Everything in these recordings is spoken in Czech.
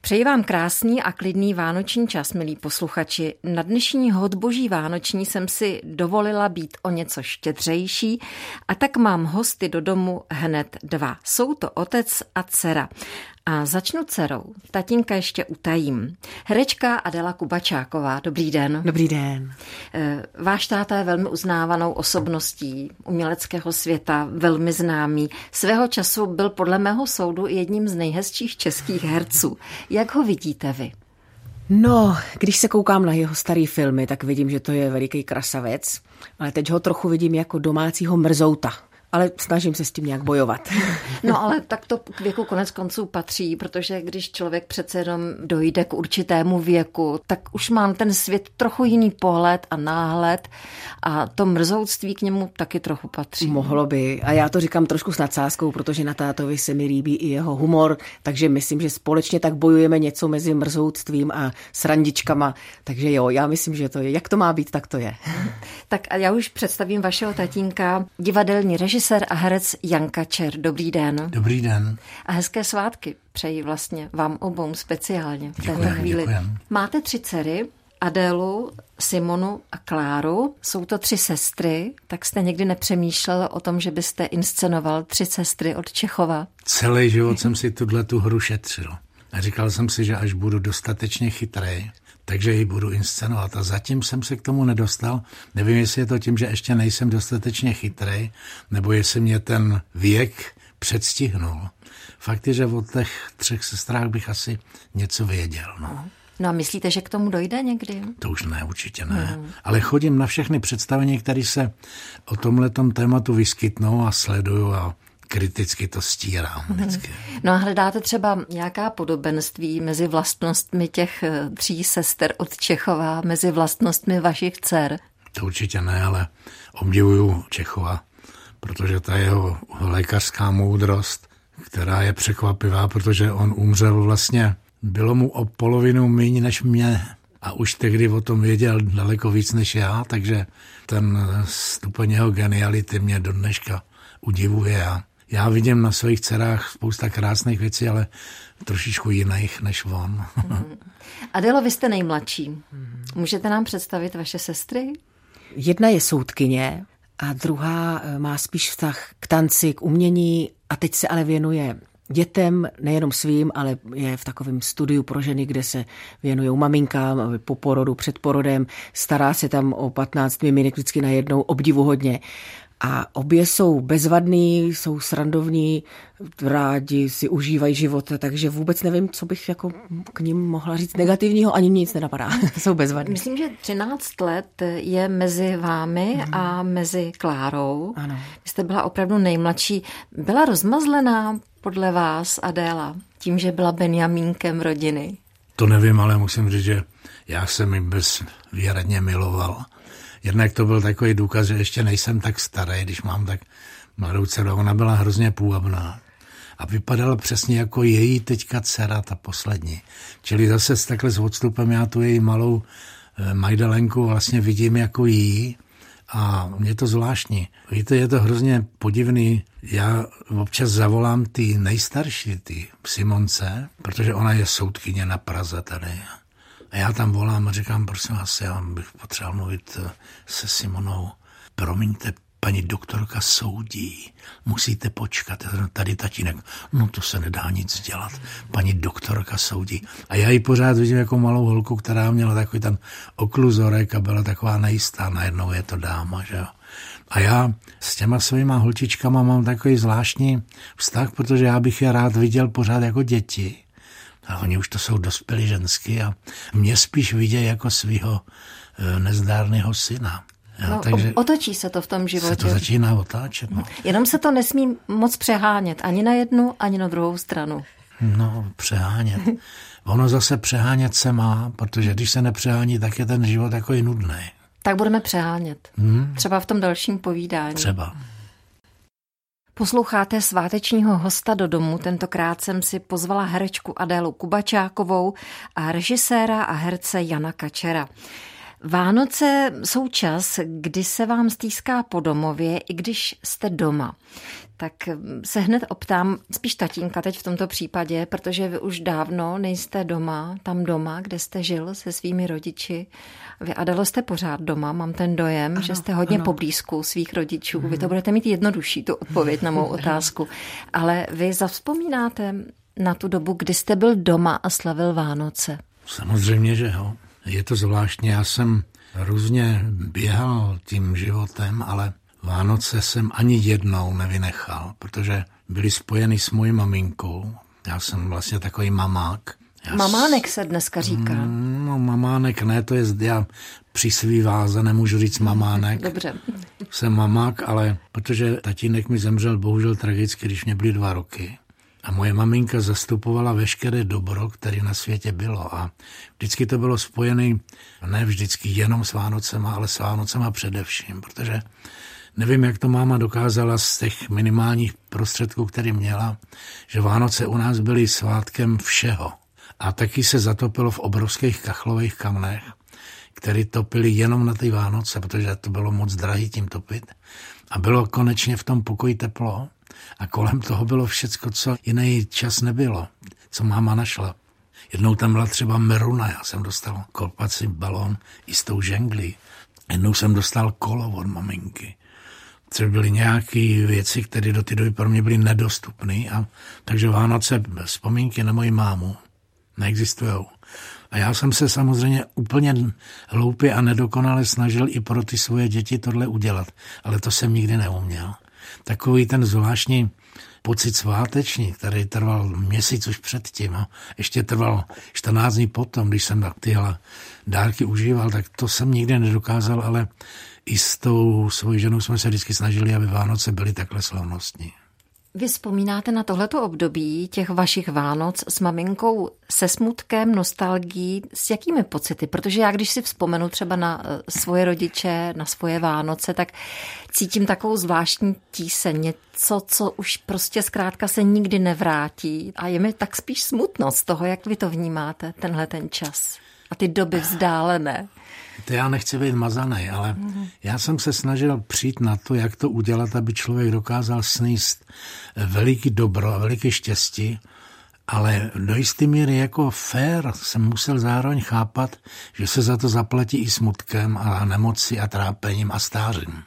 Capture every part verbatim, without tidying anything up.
Přeji vám krásný a klidný vánoční čas, milí posluchači. Na dnešní hod Boží vánoční jsem si dovolila být o něco štědřejší a tak mám hosty do domu hned dva. Jsou to otec a dcera. A začnu dcerou. Tatínka ještě utajím. Herečka Adéla Kubačáková. Dobrý den. Dobrý den. Váš táta je velmi uznávanou osobností uměleckého světa, velmi známý. Svého času byl podle mého soudu jedním z nejhezčích českých herců. Jak ho vidíte vy? No, když se koukám na jeho starý filmy, tak vidím, že to je veliký krasavec, ale teď ho trochu vidím jako domácího mrzouta. Ale snažím se s tím nějak bojovat. No ale tak to k věku konec konců patří, protože když člověk přece jenom dojde k určitému věku, tak už má ten svět trochu jiný pohled a náhled a to mrzoutství k němu taky trochu patří. Mohlo by. A já to říkám trošku s nadsázkou, protože na tátovi se mi líbí i jeho humor, takže myslím, že společně tak bojujeme něco mezi mrzoutstvím a srandičkama. Takže jo, já myslím, že to je. Jak to má být, tak to je. Tak a já už představím vašeho tatínka, divadelní režisér a herec Jan Kačer. Dobrý den. Dobrý den. A hezké svátky přeji vlastně vám obou speciálně v této Děkujem, chvíli. děkujem. Máte tři dcery, Adélu, Simonu a Kláru. Jsou to tři sestry, tak jste někdy nepřemýšlel o tom, že byste inscenoval tři sestry od Čechova? Celý život jsem si tuto hru šetřil. A říkal jsem si, že až budu dostatečně chytrý, takže ji budu inscenovat. A zatím jsem se k tomu nedostal. Nevím, jestli je to tím, že ještě nejsem dostatečně chytrej, nebo jestli mě ten věk předstihnul. Fakt je, že o těch třech sestrách bych asi něco věděl. No. No a myslíte, že k tomu dojde někdy? To už ne, určitě ne. Hmm. Ale chodím na všechny představení, které se o tomhletom tématu vyskytnou a sleduju a kriticky to stírám vždycky. No a hledáte třeba nějaká podobenství mezi vlastnostmi těch tří sester od Čechova, mezi vlastnostmi vašich dcer? To určitě ne, ale obdivuju Čechova, protože ta jeho lékařská moudrost, která je překvapivá, protože on umřel vlastně, bylo mu o polovinu míň než mě a už tehdy o tom věděl daleko víc než já, takže ten stupeň jeho geniality mě do dneška udivuje a já vidím na svých dcerách spousta krásných věcí, ale trošičku jiných než on. Hmm. Adélo, vy jste nejmladší. Můžete nám představit vaše sestry? Jedna je soudkyně a druhá má spíš vztah k tanci, k umění a teď se ale věnuje dětem, nejenom svým, ale je v takovém studiu pro ženy, kde se věnují maminkám po porodu, před porodem. Stará se tam o patnáct miminek vždycky najednou, obdivuhodně. A obě jsou bezvadný, jsou srandovní, rádi si užívají života, takže vůbec nevím, co bych jako k nim mohla říct negativního, ani nic nenapadá. Jsou bezvadní. Myslím, že třináct let je mezi vámi mm. a mezi Klárou. Ano. Vy jste byla opravdu nejmladší. Byla rozmazlená podle vás Adéla tím, že byla Benjamínkem rodiny? To nevím, ale musím říct, že já jsem ji bezvýhradně miloval. Jednak to byl takový důkaz, že ještě nejsem tak starý, když mám tak mladou dceru. Ona byla hrozně půvabná a vypadala přesně jako její teďka dcera, ta poslední. Čili zase s takhle s odstupem já tu její malou Majdalenku vlastně vidím jako jí a mě to zvláštní. Víte, je to hrozně podivný. Já občas zavolám ty nejstarší, ty Simonce, protože ona je soudkyně na Praze tady. A já tam volám a říkám, prosím vás, já bych potřeboval mluvit se Simonou. Promiňte, paní doktorka soudí, musíte počkat. Tady tatínek, no to se nedá nic dělat, paní doktorka soudí. A já ji pořád vidím jako malou holku, která měla takový ten okluzorek a byla taková nejistá, najednou je to dáma, že jo. A já s těma svýma holčičkama mám takový zvláštní vztah, protože já bych je rád viděl pořád jako děti. A oni už to jsou dospělí žensky a mě spíš vidějí jako svého e, nezdárného syna. Jo, no, takže otočí se to v tom životě. Se to začíná otáčet. No. Jenom se to nesmí moc přehánět. Ani na jednu, ani na druhou stranu. No, přehánět. Ono zase přehánět se má, protože když se nepřehání, tak je ten život takový nudný. Tak budeme přehánět. Hmm? Třeba v tom dalším povídání. Třeba. Posloucháte svátečního hosta do domu. Tentokrát jsem si pozvala herečku Adélu Kubačákovou a režiséra a herce Jana Kačera. Vánoce jsou čas, kdy se vám stýská po domově, i když jste doma. Tak se hned optám, spíš tatínka teď v tomto případě, protože vy už dávno nejste doma, tam doma, kde jste žil se svými rodiči. Vy, Adelo, jste pořád doma, mám ten dojem, ano, že jste hodně ano. poblízku svých rodičů. Hmm. Vy to budete mít jednodušší, tu odpověď na mou otázku. Ale vy zavzpomínáte na tu dobu, kdy jste byl doma a slavil Vánoce? Samozřejmě, že jo. Je to zvláštní, já jsem různě běhal tím životem, ale Vánoce jsem ani jednou nevynechal, protože byly spojeny s mojí maminkou. Já jsem vlastně takový mamák. Já Mamánek se dneska říká. No, mamánek ne, to je, já při svý váze nemůžu říct mamánek. Dobře. Jsem mamák, ale protože tatínek mi zemřel bohužel tragicky, když mě byly dva roky. A moje maminka zastupovala veškeré dobro, které na světě bylo. A vždycky to bylo spojené, ne vždycky jenom s Vánocema, ale s Vánocema především, protože nevím, jak to máma dokázala z těch minimálních prostředků, které měla, že Vánoce u nás byly svátkem všeho. A taky se zatopilo v obrovských kachlových kamnech, které topily jenom na ty Vánoce, protože to bylo moc drahý tím topit. A bylo konečně v tom pokoji teplo a kolem toho bylo všecko, co jiný čas nebylo, co máma našla. Jednou tam byla třeba meruna, já jsem dostal kolpací balón i s tou ženglí. Jednou jsem dostal kolo od maminky. Což byly nějaké věci, které do té doby pro mě byly nedostupné. A takže Vánoce, vzpomínky na moji mámu neexistujou. A já jsem se samozřejmě úplně hloupě a nedokonale snažil i pro ty svoje děti tohle udělat. Ale to jsem nikdy neuměl. Takový ten zvláštní pocit sváteční, který trval měsíc už předtím a ještě trval čtrnáct dní potom, když jsem tyhle dárky užíval, tak to jsem nikdy nedokázal, ale i s tou svojí ženou jsme se vždycky snažili, aby Vánoce byly takhle slavnostní. Vy vzpomínáte na tohleto období těch vašich Vánoc s maminkou se smutkem, nostalgií, s jakými pocity? Protože já, když si vzpomenu třeba na svoje rodiče, na svoje Vánoce, tak cítím takovou zvláštní tíseň, něco, co už prostě zkrátka se nikdy nevrátí. A je mi tak spíš smutno z toho, jak vy to vnímáte, tenhle ten čas a ty doby vzdálené. To já nechci být mazaný, ale mm. já jsem se snažil přijít na to, jak to udělat, aby člověk dokázal sníst veliký dobro a veliký štěstí, ale do jisté míry jako fér jsem musel zároveň chápat, že se za to zaplatí i smutkem a nemocí a trápením a stářím.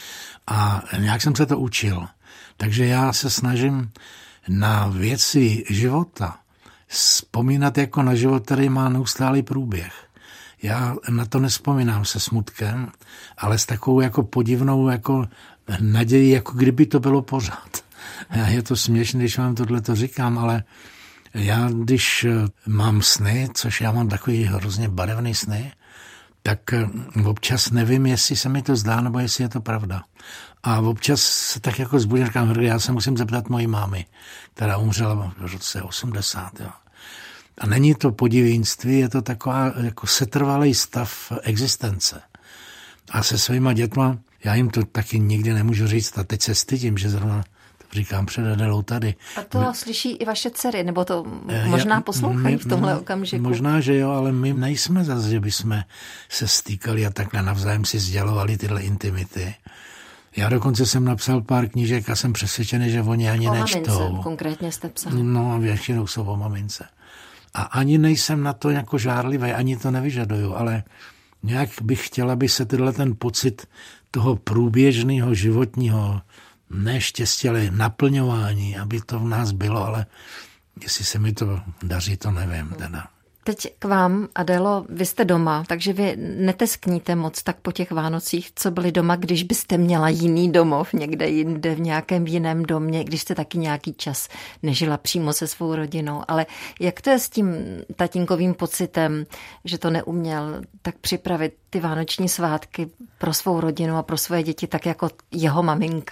A nějak jsem se to učil. Takže já se snažím na věci života vzpomínat jako na život, který má neustálý průběh. Já na to nevzpomínám se smutkem, ale s takovou jako podivnou jako nadějí, jako kdyby to bylo pořád. Je to směšné, když vám tohleto říkám, ale já, když mám sny, což já mám takový hrozně barevný sny, tak občas nevím, jestli se mi to zdá, nebo jestli je to pravda. A občas se tak jako zbudím, říkám, já se musím zeptat mojí mámy, která umřela v roce osmdesát. Jo. A není to podivínství, je to taková jako setrvalý stav existence. A se svýma dětma, já jim to taky nikdy nemůžu říct a teď se stydím, že zrovna to říkám před Adelou tady. A to my, slyší i vaše dcery, nebo to možná poslouchají v tomhle okamžiku? Možná, že jo, ale my nejsme zase, že bychom se stýkali a takhle navzájem si sdělovali tyhle intimity. Já dokonce jsem napsal pár knížek a jsem přesvědčený, že oni ani o nečtou. O mamince konkrétně jste psal. No, většinou jsou o mamince. A ani nejsem na to jako žárlivý, ani to nevyžaduju, ale nějak bych chtěla, aby se tyhle ten pocit toho průběžného životního neštěstí, ale naplňování, aby to v nás bylo, ale jestli se mi to daří, to nevím teda. Teď k vám, Adelo, vy jste doma, takže vy neteskníte moc tak po těch Vánocích, co byli doma, když byste měla jiný domov někde jinde, v nějakém jiném domě, když jste taky nějaký čas nežila přímo se svou rodinou. Ale jak to je s tím tatínkovým pocitem, že to neuměl tak připravit ty vánoční svátky pro svou rodinu a pro svoje děti, tak jako jeho maminka?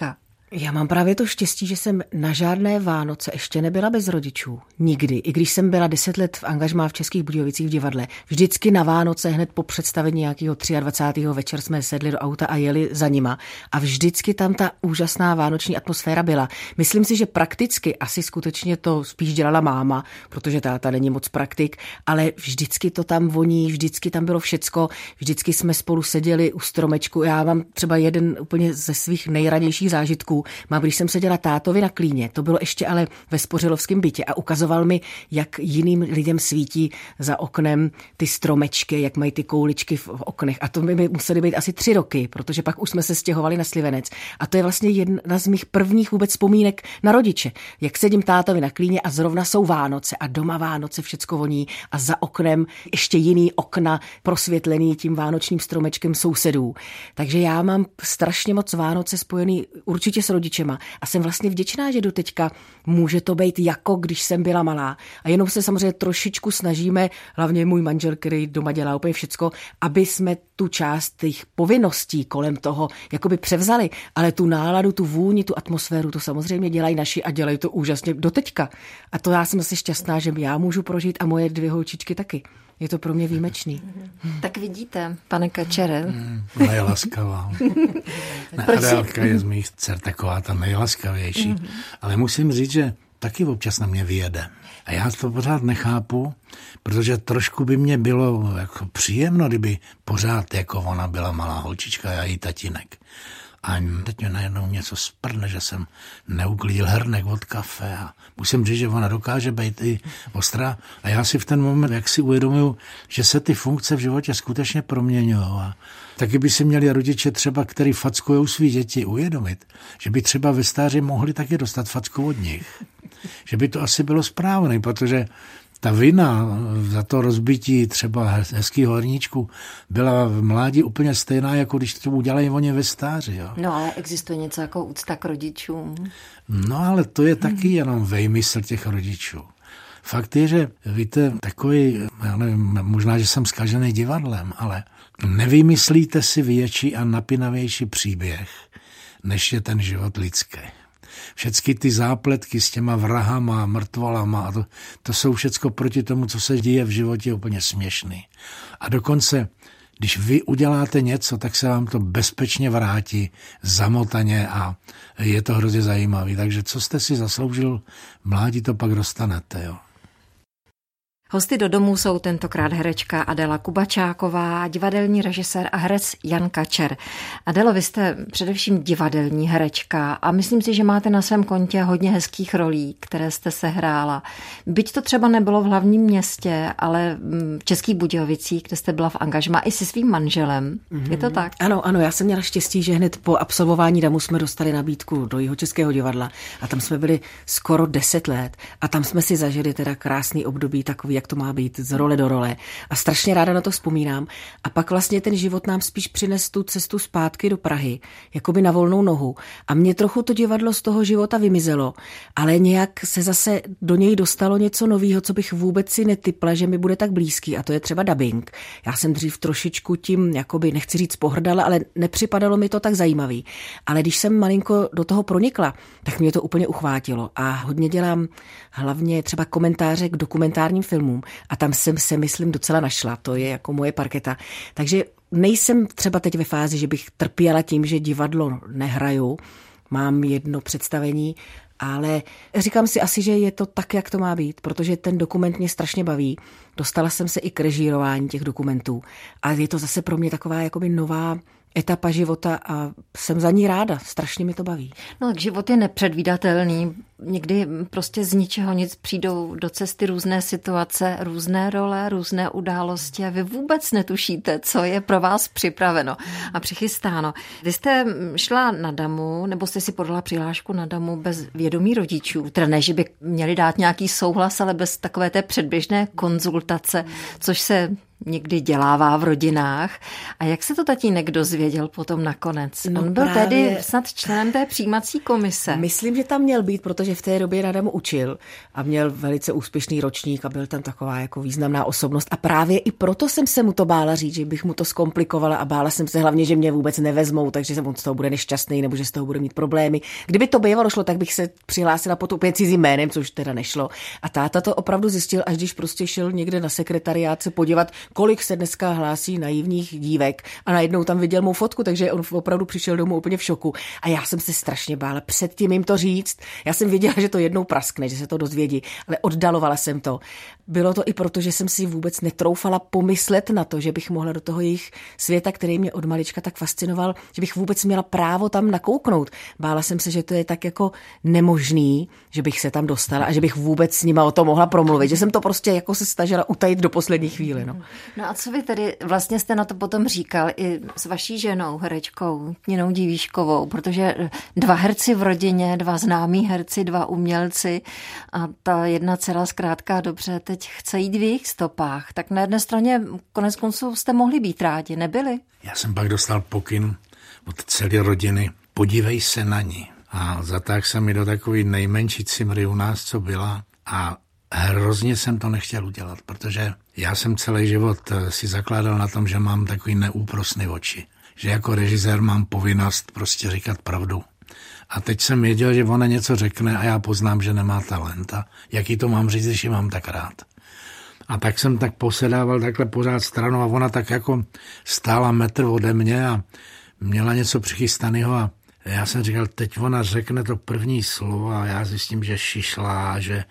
Já mám právě to štěstí, že jsem na žádné Vánoce ještě nebyla bez rodičů. Nikdy. I když jsem byla deset let v angažmá v Českých Budějovicích v divadle. Vždycky na Vánoce hned po představení nějakého dvacátého třetího večer jsme sedli do auta a jeli za nima. A vždycky tam ta úžasná vánoční atmosféra byla. Myslím si, že prakticky asi skutečně to spíš dělala máma, protože táta není moc praktik, ale vždycky to tam voní, vždycky tam bylo všecko, vždycky jsme spolu seděli u stromečku. Já mám třeba jeden úplně ze svých nejranějších zážitků. Mám, když jsem seděla tátovi na klíně, to bylo ještě ale ve spořilovském bytě a ukazoval mi, jak jiným lidem svítí za oknem ty stromečky, jak mají ty kouličky v oknech. A to by mi museli být asi tři roky, protože pak už jsme se stěhovali na Slivenec. A to je vlastně jedna z mých prvních vůbec vzpomínek na rodiče. Jak sedím tátovi na klíně a zrovna jsou Vánoce a doma Vánoce všecko voní a za oknem ještě jiný okna prosvětlený tím vánočním stromečkem sousedů. Takže já mám strašně moc Vánoce spojený určitě s rodičema a jsem vlastně vděčná, že do teďka může to být jako když jsem byla malá. A jenom se samozřejmě trošičku snažíme, hlavně můj manžel, který doma dělá úplně všecko, aby jsme tu část těch povinností kolem toho jakoby převzali, ale tu náladu, tu vůni, tu atmosféru, to samozřejmě dělají naši a dělají to úžasně do teďka. A to já jsem asi šťastná, že já můžu prožít a moje dvě holčičky taky. Je to pro mě výjimečný. Tak vidíte, pane Kačere. Mm, nejlaskavá. Adélka je z mých dcer taková ta nejlaskavější. Mm. Ale musím říct, že taky občas na mě vyjede. A já to pořád nechápu, protože trošku by mě bylo jako příjemno, kdyby pořád jako ona byla malá holčička a já jí tatínek. A teď mě najednou něco sprdne, že jsem neuklidil hrnek od kafe a musím říct, že ona dokáže být i ostrá. A já si v ten moment, jak si uvědomuju, že se ty funkce v životě skutečně proměňují. A taky by si měli rodiče třeba, který fackujou svý děti, uvědomit, že by třeba ve stáří mohli taky dostat facku od nich. Že by to asi bylo správné, protože ta vina za to rozbití třeba hezkýho horníčku byla v mládí úplně stejná, jako když to udělají oni ve stáří. Jo. No ale existuje něco jako úcta k rodičům. No ale to je taky jenom vejmysl těch rodičů. Fakt je, že víte, takový, já nevím, možná, že jsem zkažený divadlem, ale nevymyslíte si větší a napínavější příběh, než je ten život lidský. Všechny ty zápletky s těma vrahama, mrtvolama, a to, to jsou všecko proti tomu, co se děje v životě, úplně směšný. A dokonce, když vy uděláte něco, tak se vám to bezpečně vrátí, zamotaně a je to hrozně zajímavý. Takže co jste si zasloužil, mládí to pak dostanete, jo. Hosty do domu jsou tentokrát herečka Adéla Kubačáková, divadelní režisér a herec Jan Kačer. Adélo, vy jste především divadelní herečka a myslím si, že máte na svém kontě hodně hezkých rolí, které jste sehrála. Byť to třeba nebylo v hlavním městě, ale v Českých Budějovicích, kde jste byla v angažmá i se svým manželem. Mm-hmm. Je to tak? Ano, ano, já jsem měla štěstí, že hned po absolvování damu jsme dostali nabídku do Jihočeského divadla a tam jsme byli skoro deset let a tam jsme si zažili teda krásný období takový, jak to má být, z role do role. A strašně ráda na to vzpomínám. A pak vlastně ten život nám spíš přines tu cestu zpátky do Prahy, jakoby na volnou nohu. A mě trochu to divadlo z toho života vymizelo, ale nějak se zase do něj dostalo něco nového, co bych vůbec si netypla, že mi bude tak blízký. A to je třeba dabing. Já jsem dřív trošičku tím, jakoby, nechci říct pohrdala, ale nepřipadalo mi to tak zajímavý. Ale když jsem malinko do toho pronikla, tak mě to úplně uchvátilo. A hodně dělám hlavně třeba komentáře k dokumentárním filmům. A tam jsem se, myslím, docela našla. To je jako moje parketa. Takže nejsem třeba teď ve fázi, že bych trpěla tím, že divadlo nehraju. Mám jedno představení, ale říkám si asi, že je to tak, jak to má být, protože ten dokument mě strašně baví. Dostala jsem se i k režírování těch dokumentů. A je to zase pro mě taková jakoby nová etapa života a jsem za ní ráda. Strašně mi to baví. No tak život je nepředvídatelný. Někdy prostě z ničeho nic přijdou do cesty různé situace, různé role, různé události a vy vůbec netušíte, co je pro vás připraveno a přichystáno. Vy jste šla na damu, nebo jste si podala přihlášku na damu bez vědomí rodičů? Teda ne, že by měli dát nějaký souhlas, ale bez takové té předběžné konzultace, což se někdy dělává v rodinách. A jak se to tatínek dozvěděl potom nakonec? No On byl právě... tedy snad členem té přijímací komise. Myslím, že tam měl být, protože v té době na Adamu učil a měl velice úspěšný ročník a byl tam taková jako významná osobnost. A právě i proto jsem se mu to bála říct, že bych mu to zkomplikovala a bála jsem se hlavně, že mě vůbec nevezmou, takže jsem on z toho bude nešťastný nebo že z toho bude mít problémy. Kdyby to bývalo šlo, tak bych se přihlásila pod úplně cizím jménem, což teda nešlo. A táta to opravdu zjistil, až když prostě šel někde na sekretariát se podívat, kolik se dneska hlásí naivních dívek a najednou tam viděl mou fotku, takže on opravdu přišel domů úplně v šoku. A já jsem se strašně bála předtím jim to říct. Já jsem věděla, že to jednou praskne, že se to dozvědí, ale oddalovala jsem to. Bylo to i proto, že jsem si vůbec netroufala pomyslet na to, že bych mohla do toho jejich světa, který mě od malička tak fascinoval, že bych vůbec měla právo tam nakouknout. Bála jsem se, že to je tak jako nemožný, že bych se tam dostala a že bych vůbec s nima o tom mohla promluvit, že jsem to prostě jako se snažila utajit do poslední chvíle. No. No a co vy tedy vlastně jste na to potom říkal i s vaší ženou, herečkou Ninou Divíškovou, protože dva herci v rodině, dva známí herci, dva umělci a ta jedna dcera zkrátka dobře teď chce jít v jejich stopách, tak na jedné straně konec konců jste mohli být rádi, nebyli? Já jsem pak dostal pokyn od celé rodiny, podívej se na ní. A zatáhl jsem mi do takový nejmenší cimry u nás, co byla a hrozně jsem to nechtěl udělat, protože já jsem celý život si zakládal na tom, že mám takový neúprosný oči. Že jako režisér mám povinnost prostě říkat pravdu. A teď jsem věděl, že ona něco řekne a já poznám, že nemá talent. A jaký to mám říct, když ji mám tak rád. A tak jsem tak posedával takhle pořád stranou a ona tak jako stála metr ode mě a měla něco přichystaného a já jsem říkal, teď ona řekne to první slovo a já zjistím, že šišlá, že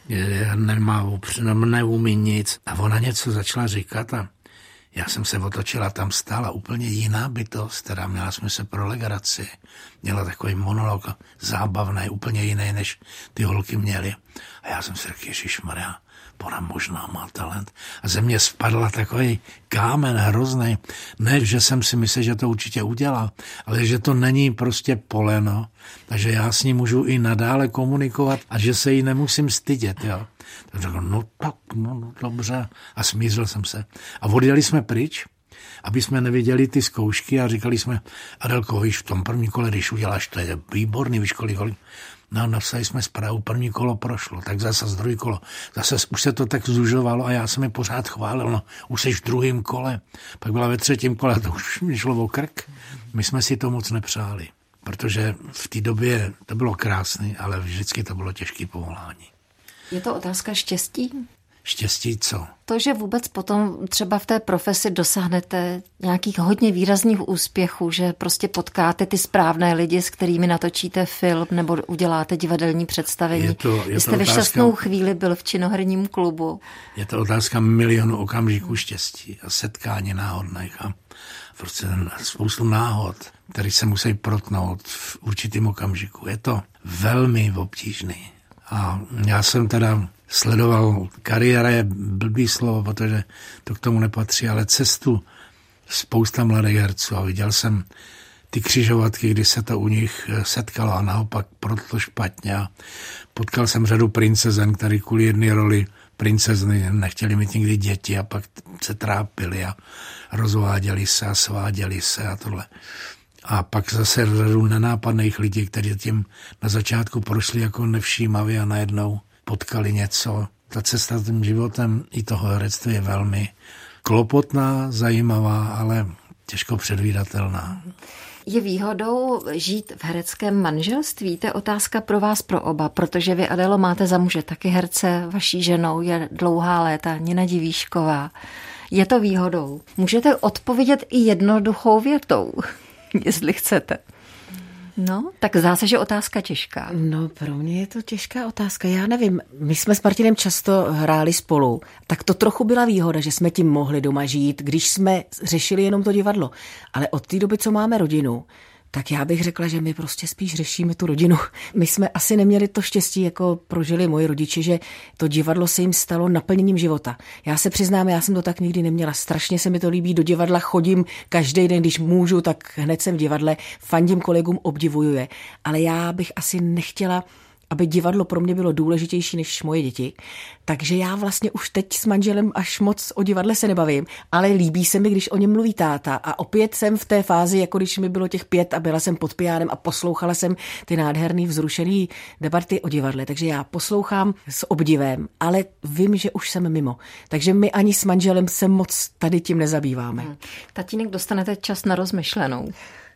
nemá, neumí nic. A ona něco začala říkat a já jsem se otočil a tam stála úplně jiná bytost, která měla smysl pro legraci. Měla takový monolog zábavný, úplně jiný, než ty holky měly. A já jsem si řekl, ježišmarja, ona možná má talent. A ze mě spadla takový kámen hrozný. Ne, že jsem si myslel, že to určitě udělá, ale že to není prostě poleno. Takže já s ní můžu i nadále komunikovat a že se jí nemusím stydět. Jo. Tak řekl, no tak, no, no dobře. A smířil jsem se. A odjeli jsme pryč, aby jsme neviděli ty zkoušky a říkali jsme, Adelko, víš, v tom první kole, když uděláš, to je výborný, víš, kolik, kolik. No, napsali jsme zprávu, první kolo prošlo, tak zase z druhý kolo. Zase už se to tak zužovalo a já jsem je pořád chválil, no, už jsi v druhém kole. Pak byla ve třetím kole, to už mi šlo o krk. My jsme si to moc nepřáli, protože v té době to bylo krásné, ale vždycky to bylo těžké povolání. Je to otázka štěstí? Štěstí co? To, že vůbec potom třeba v té profesi dosáhnete nějakých hodně výrazných úspěchů, že prostě potkáte ty správné lidi, s kterými natočíte film nebo uděláte divadelní představení. Je to, je jste to ve otázka, šťastnou chvíli byl v činoherním klubu. Je to otázka milionu okamžiků štěstí a setkání náhodných a prostě spoustu náhod, které se musí protnout v určitém okamžiku. Je to velmi obtížný. A já jsem teda sledoval, kariéra je blbý slovo, protože to k tomu nepatří, ale cestu spousta mladých herců a viděl jsem ty křižovatky, kdy se to u nich setkalo a naopak proto špatně. A potkal jsem řadu princezen, který kvůli jedné roli princezny nechtěli mít nikdy děti a pak se trápili a rozváděli se a sváděli se a tohle. A pak zase řadu nenápadných lidí, kteří tím na začátku prošli jako nevšímavě a najednou potkali něco. Ta cesta tím životem i toho herectví je velmi klopotná, zajímavá, ale těžko předvídatelná. Je výhodou žít v hereckém manželství? To je otázka pro vás, pro oba, protože vy, Adélo, máte za muže taky herce, vaší ženou je dlouhá léta Nina Divíšková. Je to výhodou? Můžete odpovědět i jednoduchou větou, jestli chcete. No, tak zdá se, že otázka těžká. No, pro mě je to těžká otázka. Já nevím, my jsme s Martinem často hráli spolu, tak to trochu byla výhoda, že jsme tím mohli doma žít, když jsme řešili jenom to divadlo. Ale od té doby, co máme rodinu, tak já bych řekla, že my prostě spíš řešíme tu rodinu. My jsme asi neměli to štěstí, jako prožili moji rodiče, že to divadlo se jim stalo naplněním života. Já se přiznám, já jsem to tak nikdy neměla. Strašně se mi to líbí, do divadla chodím každý den, když můžu, tak hned jsem v divadle, fandím kolegům, obdivuju je. Ale já bych asi nechtěla aby divadlo pro mě bylo důležitější než moje děti. Takže já vlastně už teď s manželem až moc o divadle se nebavím, ale líbí se mi, když o něm mluví táta. A opět jsem v té fázi, jako když mi bylo těch pět a byla jsem pod pijánem a poslouchala jsem ty nádherný vzrušený debaty o divadle. Takže já poslouchám s obdivem, ale vím, že už jsem mimo. Takže my ani s manželem se moc tady tím nezabýváme. Hmm. Tatínek, dostanete čas na rozmyšlenou.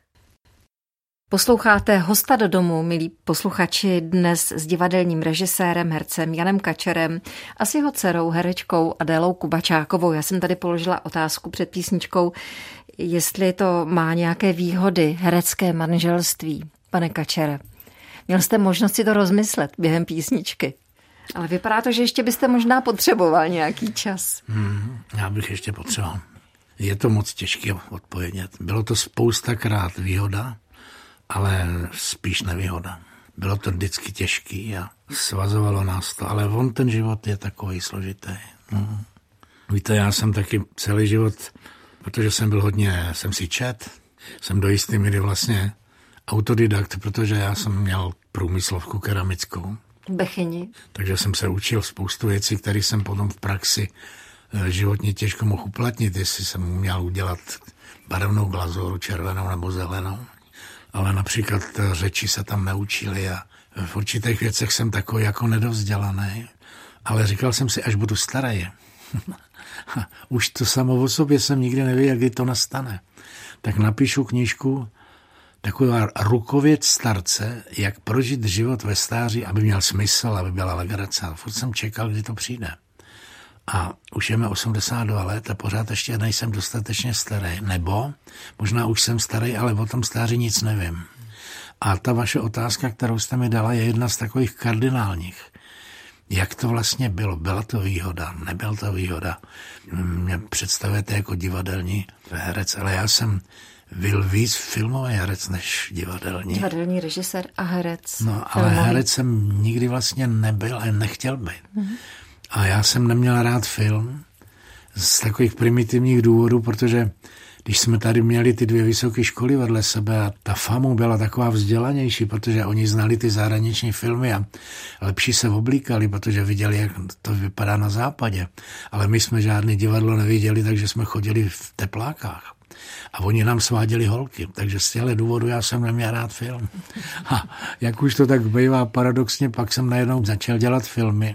Posloucháte Hosta do domu, milí posluchači, dnes s divadelním režisérem, hercem Janem Kačerem a s jeho dcerou, herečkou Adélou Kubačákovou. Já jsem tady položila otázku před písničkou, jestli to má nějaké výhody, herecké manželství. Pane Kačere, měl jste možnost si to rozmyslet během písničky, ale vypadá to, že ještě byste možná potřeboval nějaký čas. Hmm, já bych ještě potřeboval. Je to moc těžké odpovědět. Bylo to spoustakrát výhoda, ale spíš nevýhoda. Bylo to vždycky těžký a svazovalo nás to, ale on ten život je takový složitý. No. Víte, já jsem taky celý život, protože jsem byl hodně, jsem si čet, jsem do jistý míry vlastně autodidakt, protože já jsem měl průmyslovku keramickou. Bechyni. Takže jsem se učil spoustu věcí, které jsem potom v praxi životně těžko mohl uplatnit, jestli jsem měl udělat barevnou glazuru, červenou nebo zelenou. Ale například řeči se tam neučili a v určitých věcech jsem takový jako nedovzdělaný. Ale říkal jsem si, až budu starý. Už to samo o sobě jsem nikdy nevěděl, kdy to nastane. Tak napíšu knížku taková rukověd starce, jak prožít život ve stáří, aby měl smysl, aby byla legrace. A furt jsem čekal, kdy to přijde. A už je mi osmdesát dva let a pořád ještě nejsem dostatečně starý. Nebo možná už jsem starý, ale o tom stáří nic nevím. A ta vaše otázka, kterou jste mi dala, je jedna z takových kardinálních. Jak to vlastně bylo? Byla to výhoda? Nebyla to výhoda? Mě představujete jako divadelní herec, ale já jsem byl víc filmový herec než divadelní. Divadelní režisér a herec. No, ale filmový. Herec jsem nikdy vlastně nebyl a nechtěl být. Mm-hmm. A já jsem neměl rád film z takových primitivních důvodů, protože když jsme tady měli ty dvě vysoké školy vedle sebe a ta FAMU byla taková vzdělanější, protože oni znali ty zahraniční filmy a lepší se oblíkali, protože viděli, jak to vypadá na západě. Ale my jsme žádný divadlo neviděli, takže jsme chodili v teplákách. A oni nám sváděli holky, takže z těchto důvodů já jsem neměl rád film. A jak už to tak bývá paradoxně, pak jsem najednou začal dělat filmy.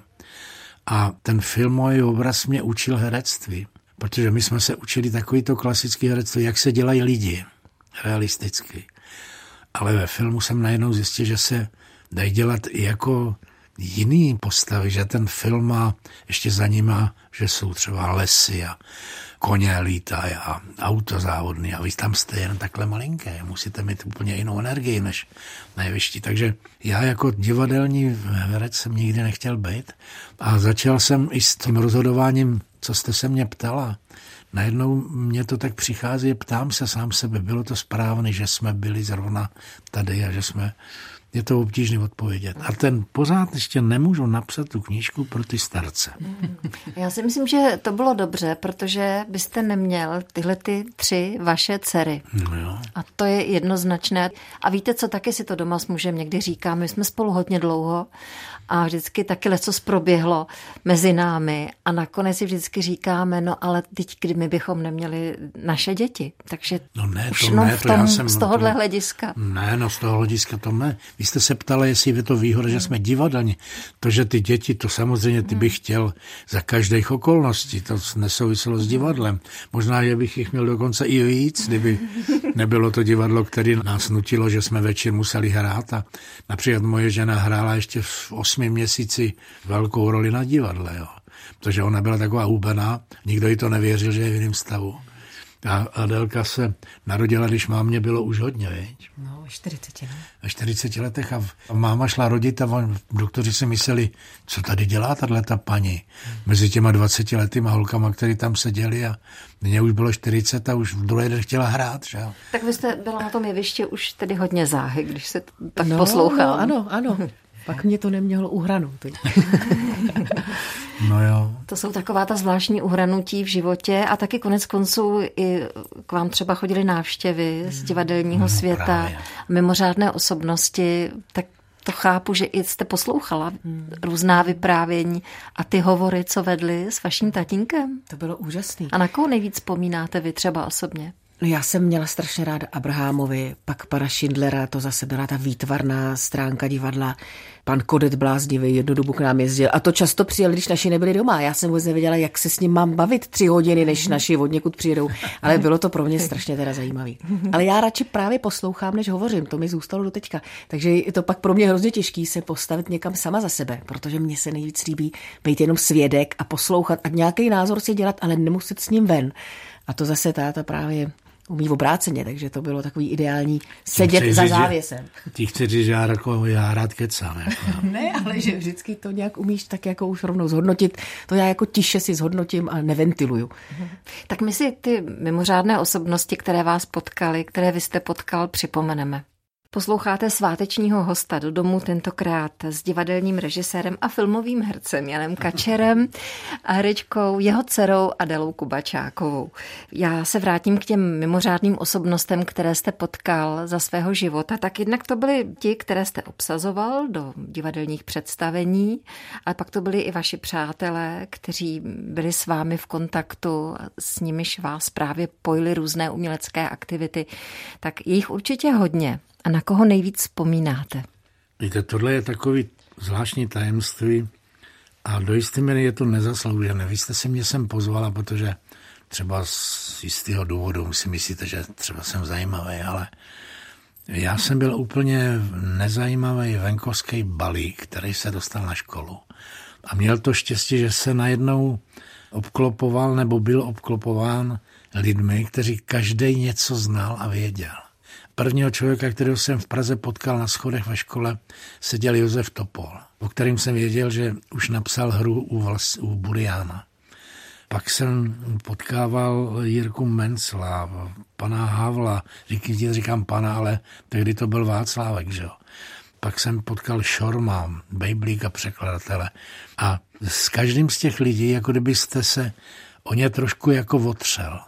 A ten filmový obraz mě učil herectví, protože my jsme se učili takovýto klasický herectví, jak se dělají lidi, realisticky. Ale ve filmu jsem najednou zjistil, že se dají dělat i jako jiný postavy, že ten film má ještě za nima, že jsou třeba lesy a koně lítají a auto závodný a vy tam jste jen takhle malinké. Musíte mít úplně jinou energii než na jevišti. Takže já jako divadelní herec jsem nikdy nechtěl být a začal jsem i s tím rozhodováním, co jste se mě ptala. Najednou mě to tak přichází, ptám se sám sebe, bylo to správné, že jsme byli zrovna tady a že jsme... Je to obtížné odpovědět. A ten pořád ještě nemůžu napsat tu knížku pro ty starce. Já si myslím, že to bylo dobře, protože byste neměl tyhle ty tři vaše dcery. No jo. A to je jednoznačné. A víte co, taky si to doma s mužem někdy říkáme. My jsme spolu hodně dlouho a vždycky taky lecos proběhlo mezi námi. A nakonec si vždycky říkáme, no ale teď, kdy my bychom neměli naše děti. Takže no ne, už to no ne, v tom, to jsem, z tohohle to, hlediska. Ne, no z toho hlediska to ne. Vy jste se ptali, jestli je to výhoda, že jsme divadelní. To, že ty děti, to samozřejmě ty bych chtěl za každých okolností. To nesouviselo s divadlem. Možná, že bych jich měl dokonce i víc, kdyby nebylo to divadlo, které nás nutilo, že jsme večer museli hrát. A například moje žena hrála ještě v osmi měsíci velkou roli na divadle. Jo. Protože ona byla taková hubená, nikdo jí to nevěřil, že je v jiném stavu. A Adélka se narodila, když mámě bylo už hodně, viď? No, ve čtyřiceti, ne? Ve čtyřiceti letech a máma šla rodit a doktoři si mysleli, co tady dělá tato paní. Hmm. Mezi těma dvaceti letýma holkama, který tam seděli a mně už bylo čtyřicet a už v druhé den chtěla hrát, že? Tak vy jste byla na tom jevišti už tedy hodně záhy, když se tak no, poslouchal. No, ano, ano. Pak mě to nemělo uhranu. No jo. To jsou taková ta zvláštní uhranutí v životě a taky konec konců i k vám třeba chodily návštěvy z divadelního no, světa, právě. mimořádné osobnosti, tak to chápu, že i jste poslouchala hmm. různá vyprávění a ty hovory, co vedly s vaším tatínkem. To bylo úžasný. A na koho nejvíc vzpomínáte vy třeba osobně? No já jsem měla strašně ráda Abrahamovi, pak pana Schindlera, to zase byla ta výtvarná stránka divadla. Pan Kodet bláznivý jednu dobu k nám jezdil a to často přijeli, když naši nebyli doma. Já jsem vůbec nevěděla, jak se s ním mám bavit tři hodiny, než naši od někud přijedou, ale bylo to pro mě strašně teda zajímavý. Ale já radši právě poslouchám, než hovořím, to mi zůstalo do teďka. Takže je to pak pro mě hrozně těžký se postavit někam sama za sebe, protože mně se nejvíc líbí být jenom svědek a poslouchat a nějaký názor si dělat, ale nemuset s ním ven. A to zase táta právě umí obráceně, takže to bylo takový ideální sedět za říct, závěsem. Ti chci říct, že já, jako, já rád kecám. Jako. Ne, ale že vždycky to nějak umíš tak jako už rovnou zhodnotit. To já jako tiše si zhodnotím a neventiluju. Tak my si ty mimořádné osobnosti, které vás potkaly, které vy jste potkal, připomeneme. Posloucháte svátečního hosta do domu, tentokrát s divadelním režisérem a filmovým hercem Janem Kačerem a herečkou jeho dcerou Adelou Kubačákovou. Já se vrátím k těm mimořádným osobnostem, které jste potkal za svého života. Tak jednak to byli ti, které jste obsazoval do divadelních představení, ale pak to byli i vaši přátelé, kteří byli s vámi v kontaktu, s nimiž vás právě pojily různé umělecké aktivity. Tak je jich určitě hodně. A na koho nejvíc vzpomínáte? Víte, tohle je takový zvláštní tajemství a do jisté míry je to nezasloužené. Vy jste si mě sem pozvala, protože třeba z jistého důvodu si myslíte, že třeba jsem zajímavý, ale já jsem byl úplně nezajímavý venkovský balík, který se dostal na školu. A měl to štěstí, že se najednou obklopoval nebo byl obklopován lidmi, kteří každý něco znal a věděl. Prvního člověka, kterého jsem v Praze potkal na schodech ve škole, seděl Josef Topol, o kterým jsem věděl, že už napsal hru u, Vlas, u Buriana. Pak jsem potkával Jirku Mencla, pana Havla, Říkám, říkám pana, ale tehdy to byl Václávek, že jo. Pak jsem potkal Šorma, bejblíka překladatele. A s každým z těch lidí, jako kdybyste se o ně trošku jako otřel.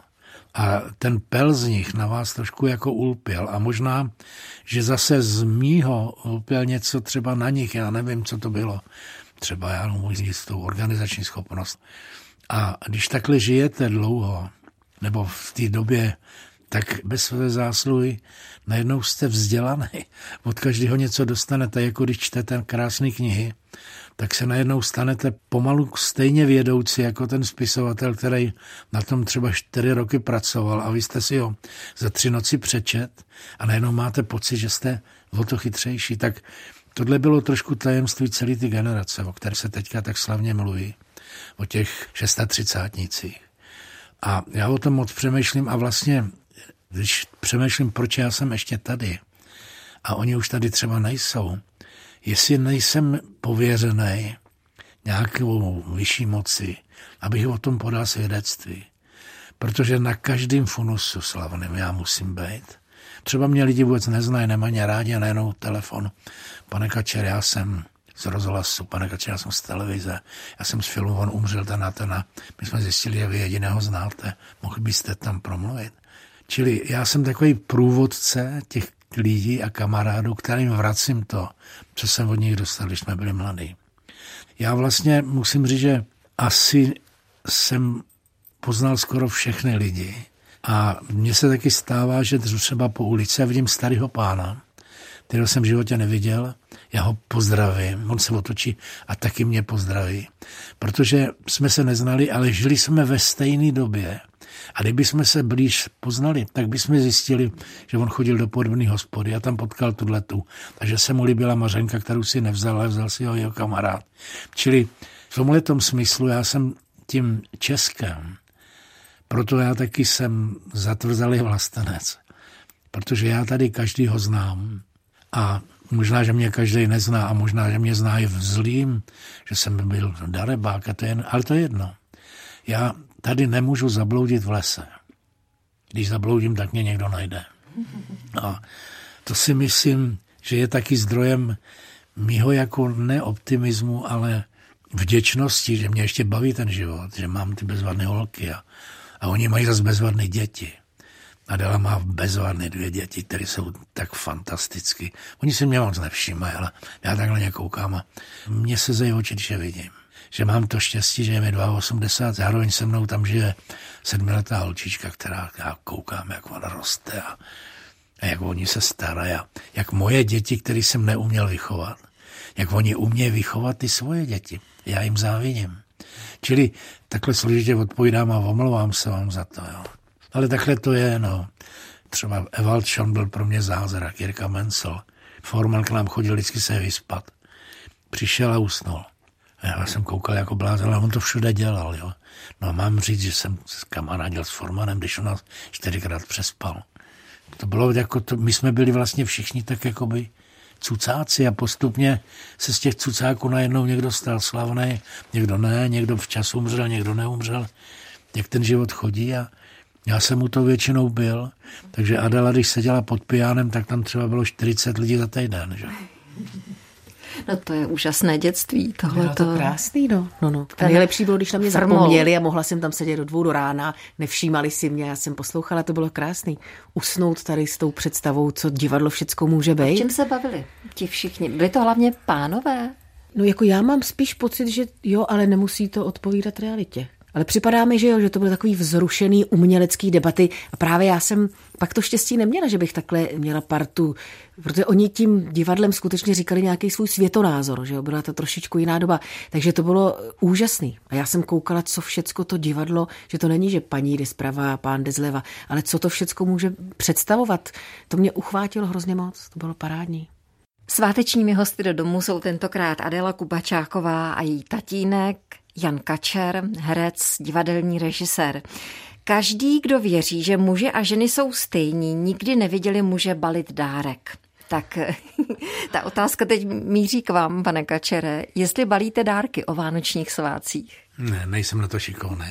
A ten pel z nich na vás trošku jako ulpěl. A možná, že zase z mýho ulpěl něco třeba na nich, já nevím, co to bylo. Třeba já můžu říct tou organizační schopnost. A když takhle žijete dlouho, nebo v té době, tak bez své zásluhy najednou jste vzdělaný. Od každého něco dostanete, jako když čtete krásné knihy, tak se najednou stanete pomalu stejně vědoucí jako ten spisovatel, který na tom třeba čtyři roky pracoval a vy jste si ho za tři noci přečet a najednou máte pocit, že jste o to chytřejší. Tak tohle bylo trošku tajemství celé ty generace, o které se teďka tak slavně mluví, o těch šestadvacátnících. A já o tom moc přemýšlím a vlastně, když přemýšlím, proč já jsem ještě tady a oni už tady třeba nejsou, jestli nejsem pověřený nějakou vyšší moci, abych o tom podal svědectví. Protože na každém funusu slavným já musím být. Třeba mě lidi vůbec neznají, nemají rádi a najednou telefon. Pane Kačer, já jsem z rozhlasu, pane Kačer, já jsem z televize, já jsem z filmu, on umřel ten a ten a my jsme zjistili, že vy jediného znáte, mohli byste tam promluvit. Čili já jsem takový průvodce těch lidí a kamarádů, kterým vracím to, co jsem od nich dostal, když jsme byli mladí. Já vlastně musím říct, že asi jsem poznal skoro všechny lidi a mně se taky stává, že třeba po ulici vidím starého pána, kterého jsem v životě neviděl, já ho pozdravím, on se otočí a taky mě pozdraví, protože jsme se neznali, ale žili jsme ve stejné době. A kdyby jsme se blíž poznali, tak bychom zjistili, že on chodil do podobné hospody a tam potkal tuhletu. Takže se mu líbila Mařenka, kterou si nevzal, ale vzal si ho jeho kamarád. Čili v tomhletom smyslu já jsem tím Českem, proto já taky jsem zatvrzalý vlastenec. Protože já tady každýho znám a možná, že mě každý nezná a možná, že mě zná i v zlým, že jsem byl darebák, a to je, ale to je jedno. Já tady nemůžu zabloudit v lese. Když zabloudím, tak mě někdo najde. A to si myslím, že je taky zdrojem mýho jako ne optimismu, ale vděčnosti, že mě ještě baví ten život, že mám ty bezvadné holky a, a oni mají zase bezvadné děti. Adela má bezvadné dvě děti, které jsou tak fantasticky. Oni si mě moc nevšímají, ale já takhle ně koukám a mně se zejí oči, když je vidím. Že mám to štěstí, že je mi osmdesát dva, zároveň se mnou tam žije sedmiletá holčička, která já koukám, jak ona roste a, a jak oni se starají. A jak moje děti, které jsem neuměl vychovat, jak oni umějí vychovat ty svoje děti. Já jim závidím. Čili takhle složitě odpovídám a omlouvám se vám za to. Jo. Ale takhle to je, no. Třeba Evald Schon byl pro mě zázrak, Jirka Mencel. Forman k nám chodil vždycky se vyspat. Přišel a usnul. A já jsem koukal jako blázen, ale on to všude dělal, jo. No a mám říct, že jsem kamarádil s Formanem, když on nás čtyřikrát přespal. To bylo jako, to, my jsme byli vlastně všichni tak jakoby cucáci a postupně se z těch cucáků najednou někdo stal slavný, někdo ne, někdo včas umřel, někdo neumřel. Jak ten život chodí a já jsem u toho většinou byl, takže Adela, když seděla pod pijánem, tak tam třeba bylo čtyřicet lidí za týden, že? No to je úžasné dětství. Tohle Bylo to krásný, no. no, no. A nejlepší bylo, když na mě Frmol. zapomněli a mohla jsem tam sedět do dvou do rána, nevšímali si mě, já jsem poslouchala, to bylo krásný. Usnout tady s tou představou, co divadlo všecko může být. A čím se bavili ti všichni? Byli to hlavně pánové? No jako já mám spíš pocit, že jo, ale nemusí to odpovídat realitě. Ale připadá mi, že jo, že to byly takový vzrušený umělecký debaty a právě já jsem pak to štěstí neměla, že bych takhle měla partu, protože oni tím divadlem skutečně říkali nějaký svůj světonázor, že jo, byla to trošičku jiná doba, takže to bylo úžasný. A já jsem koukala, co všecko to divadlo, že to není, že paní jde zprava a pán jde zleva, ale co to všecko může představovat, to mě uchvátilo hrozně moc, to bylo parádní. Svátečními hosty do domu jsou tentokrát Adela Kubačáková a její tatínek Jan Kačer, herec, divadelní režisér. Každý, kdo věří, že muži a ženy jsou stejní, nikdy neviděli muže balit dárek. Tak ta otázka teď míří k vám, pane Kačere. Jestli balíte dárky o vánočních svátcích? Ne, nejsem na to šikovný.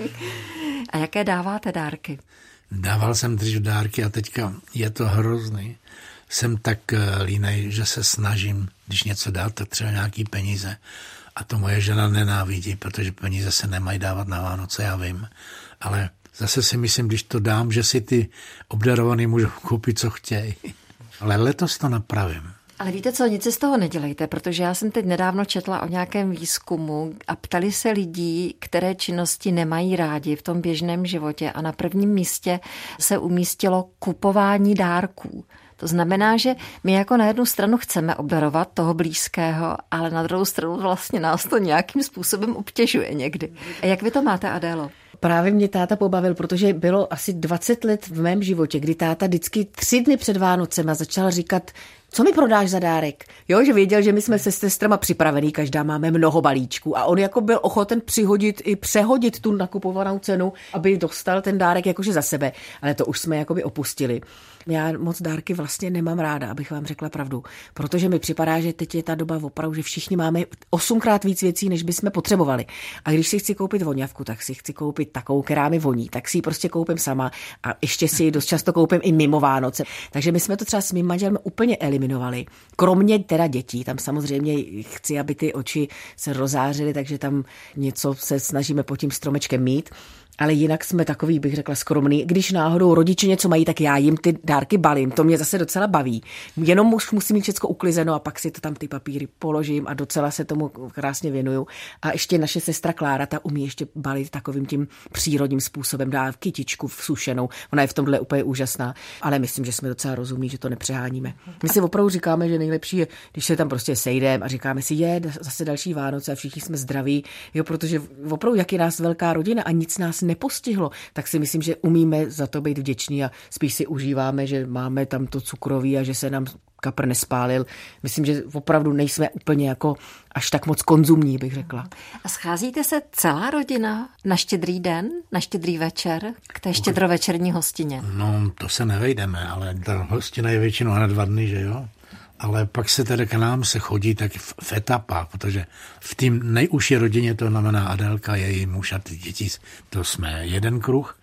A jaké dáváte dárky? Dával jsem dřív dárky a teďka je to hrozný. Jsem tak línej, že se snažím, když něco dát, tak třeba nějaký peníze. A to moje žena nenávidí, protože peníze se nemají dávat na Vánoce, já vím. Ale zase si myslím, když to dám, že si ty obdarovaný můžou koupit, co chtějí. Ale letos to napravím. Ale víte co, nic si z toho nedělejte, protože já jsem teď nedávno četla o nějakém výzkumu a ptali se lidí, které činnosti nemají rádi v tom běžném životě a na prvním místě se umístilo kupování dárků. To znamená, že my jako na jednu stranu chceme obdarovat toho blízkého, ale na druhou stranu vlastně nás to nějakým způsobem obtěžuje někdy. A jak vy to máte, Adélo? Právě mě táta pobavil, protože bylo asi dvacet let v mém životě, kdy táta vždycky tři dny před Vánocema začal říkat, co mi prodáš za dárek? Jo, že věděl, že my jsme se sestrama připravený, každá máme mnoho balíčků a on jako byl ochoten přihodit i přehodit tu nakupovanou cenu, aby dostal ten dárek jakože za sebe, ale to už jsme jakoby opustili. Já moc dárky vlastně nemám ráda, abych vám řekla pravdu, protože mi připadá, že teď je ta doba opravdu, že všichni máme osmkrát víc věcí, než bychom potřebovali. A když si chci koupit voňavku, tak si chci koupit takovou, která mi voní, tak si ji prostě koupím sama a ještě si ji dost často koupím i mimo Vánoce. Takže my jsme to třeba s mým manželem úplně eliminovali. Kromě teda dětí, tam samozřejmě chci, aby ty oči se rozářily, takže tam něco se snažíme pod tím stromečkem mít. Ale jinak jsme takový, bych řekla, skromný. Když náhodou rodiče něco mají, tak já jim ty dárky balím. To mě zase docela baví. Jenom už musím mít všechno uklizeno a pak si to tam ty papíry položím a docela se tomu krásně věnuju. A ještě naše sestra Klára, ta umí ještě balit takovým tím přírodním způsobem. Dá v kytičku v sušenou. Ona je v tomhle úplně úžasná. Ale myslím, že jsme docela rozumní, že to nepřeháníme. My si opravdu říkáme, že nejlepší je, když se tam prostě sejdeme a říkáme si, je zase další Vánoce a všichni jsme zdraví. Jo, protože opravdu, jak je nás velká rodina a nic nás nepostihlo, tak si myslím, že umíme za to být vděční a spíš si užíváme, že máme tam to cukroví a že se nám kapr nespálil. Myslím, že opravdu nejsme úplně jako až tak moc konzumní, bych řekla. A scházíte se celá rodina na Štědrý den, na Štědrý večer, k té štědrovečerní hostině? No, to se nevejdeme, ale ta hostina je většinou na dva dny, že jo? Ale pak se tedy k nám se chodí tak v, v etapách, protože v tým nejužší rodině, to znamená Adélka, její muž a ty děti, to jsme jeden kruh.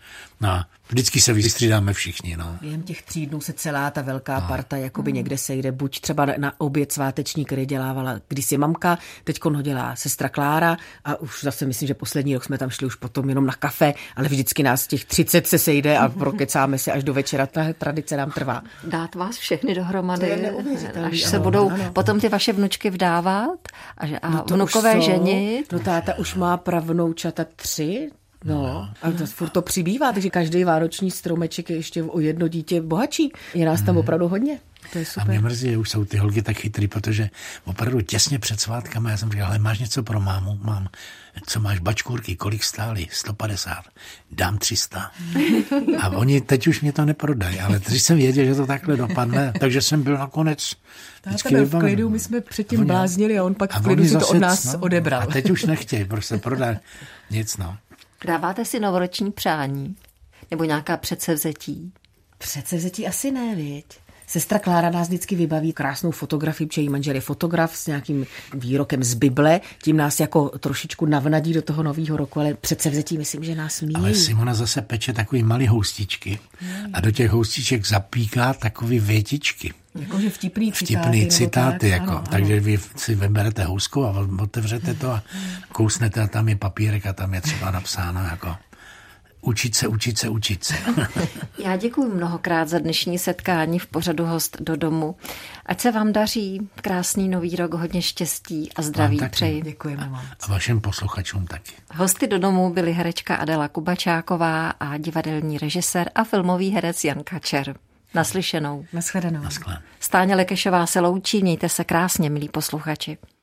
No a vždycky se vystřídáme všichni. No. Během těch tří dnů se celá ta velká no. parta jakoby někde sejde, buď třeba na oběd sváteční, který dělávala kdysi mamka, teďkon ho dělá sestra Klára a už zase myslím, že poslední rok jsme tam šli už potom jenom na kafe, ale vždycky nás těch třicet se sejde a prokecáme se až do večera. Ta tradice nám trvá. Dát vás všechny dohromady, až se ano, budou ano. potom ty vaše vnučky vdávat a, a no vnukové ženit. No táta už má pravnoučata tři, no, a to furt to přibývá, takže každý vánoční stromeček je ještě o jedno dítě bohatší. Je nás tam opravdu hodně. To je super. A mě mrzí, že už jsou ty holky tak chytrý, protože opravdu těsně před svátkama já jsem říkal, ale máš něco pro mámu? Mám. Co máš, bačkůrky, kolik stály? sto padesát. Dám tři sta. A oni teď už mě to neprodají, ale když jsem věděl, že to takhle dopadne, takže jsem byl nakonec vždycky byl v klidu, my jsme předtím bláznili a on pak v klidu si to od nás no, odebral. A teď už nechtějí, prostě prodat nic, no. Dáváte si novoroční přání? Nebo nějaká předsevzetí? Předsevzetí asi ne, viď? Sestra Klára nás vždycky vybaví krásnou fotografii, protože její manžel je fotograf s nějakým výrokem z Bible, tím nás jako trošičku navnadí do toho nového roku, ale předsevzetí myslím, že nás míjí. Ale Simona zase peče takový malý houstičky hmm. a do těch houstiček zapíká takový větičky. Jakože vtipný citáty. Vtipný citáty, tak, jako. Ano, Takže ano. vy si vyberete housku a otevřete to a kousnete a tam je papírek a tam je třeba napsáno jako učit se, učit se, učit se. Já děkuji mnohokrát za dnešní setkání v pořadu Host do domu. Ať se vám daří, krásný nový rok, hodně štěstí a zdraví přeji. Děkujeme vám. A vašim posluchačům taky. Hosty do domu byly herečka Adela Kubačáková a divadelní režisér a filmový herec Jan Kačer. Naslyšenou. Nashledanou. Naschle. Stáňa Lekešová se loučí, mějte se krásně, milí posluchači.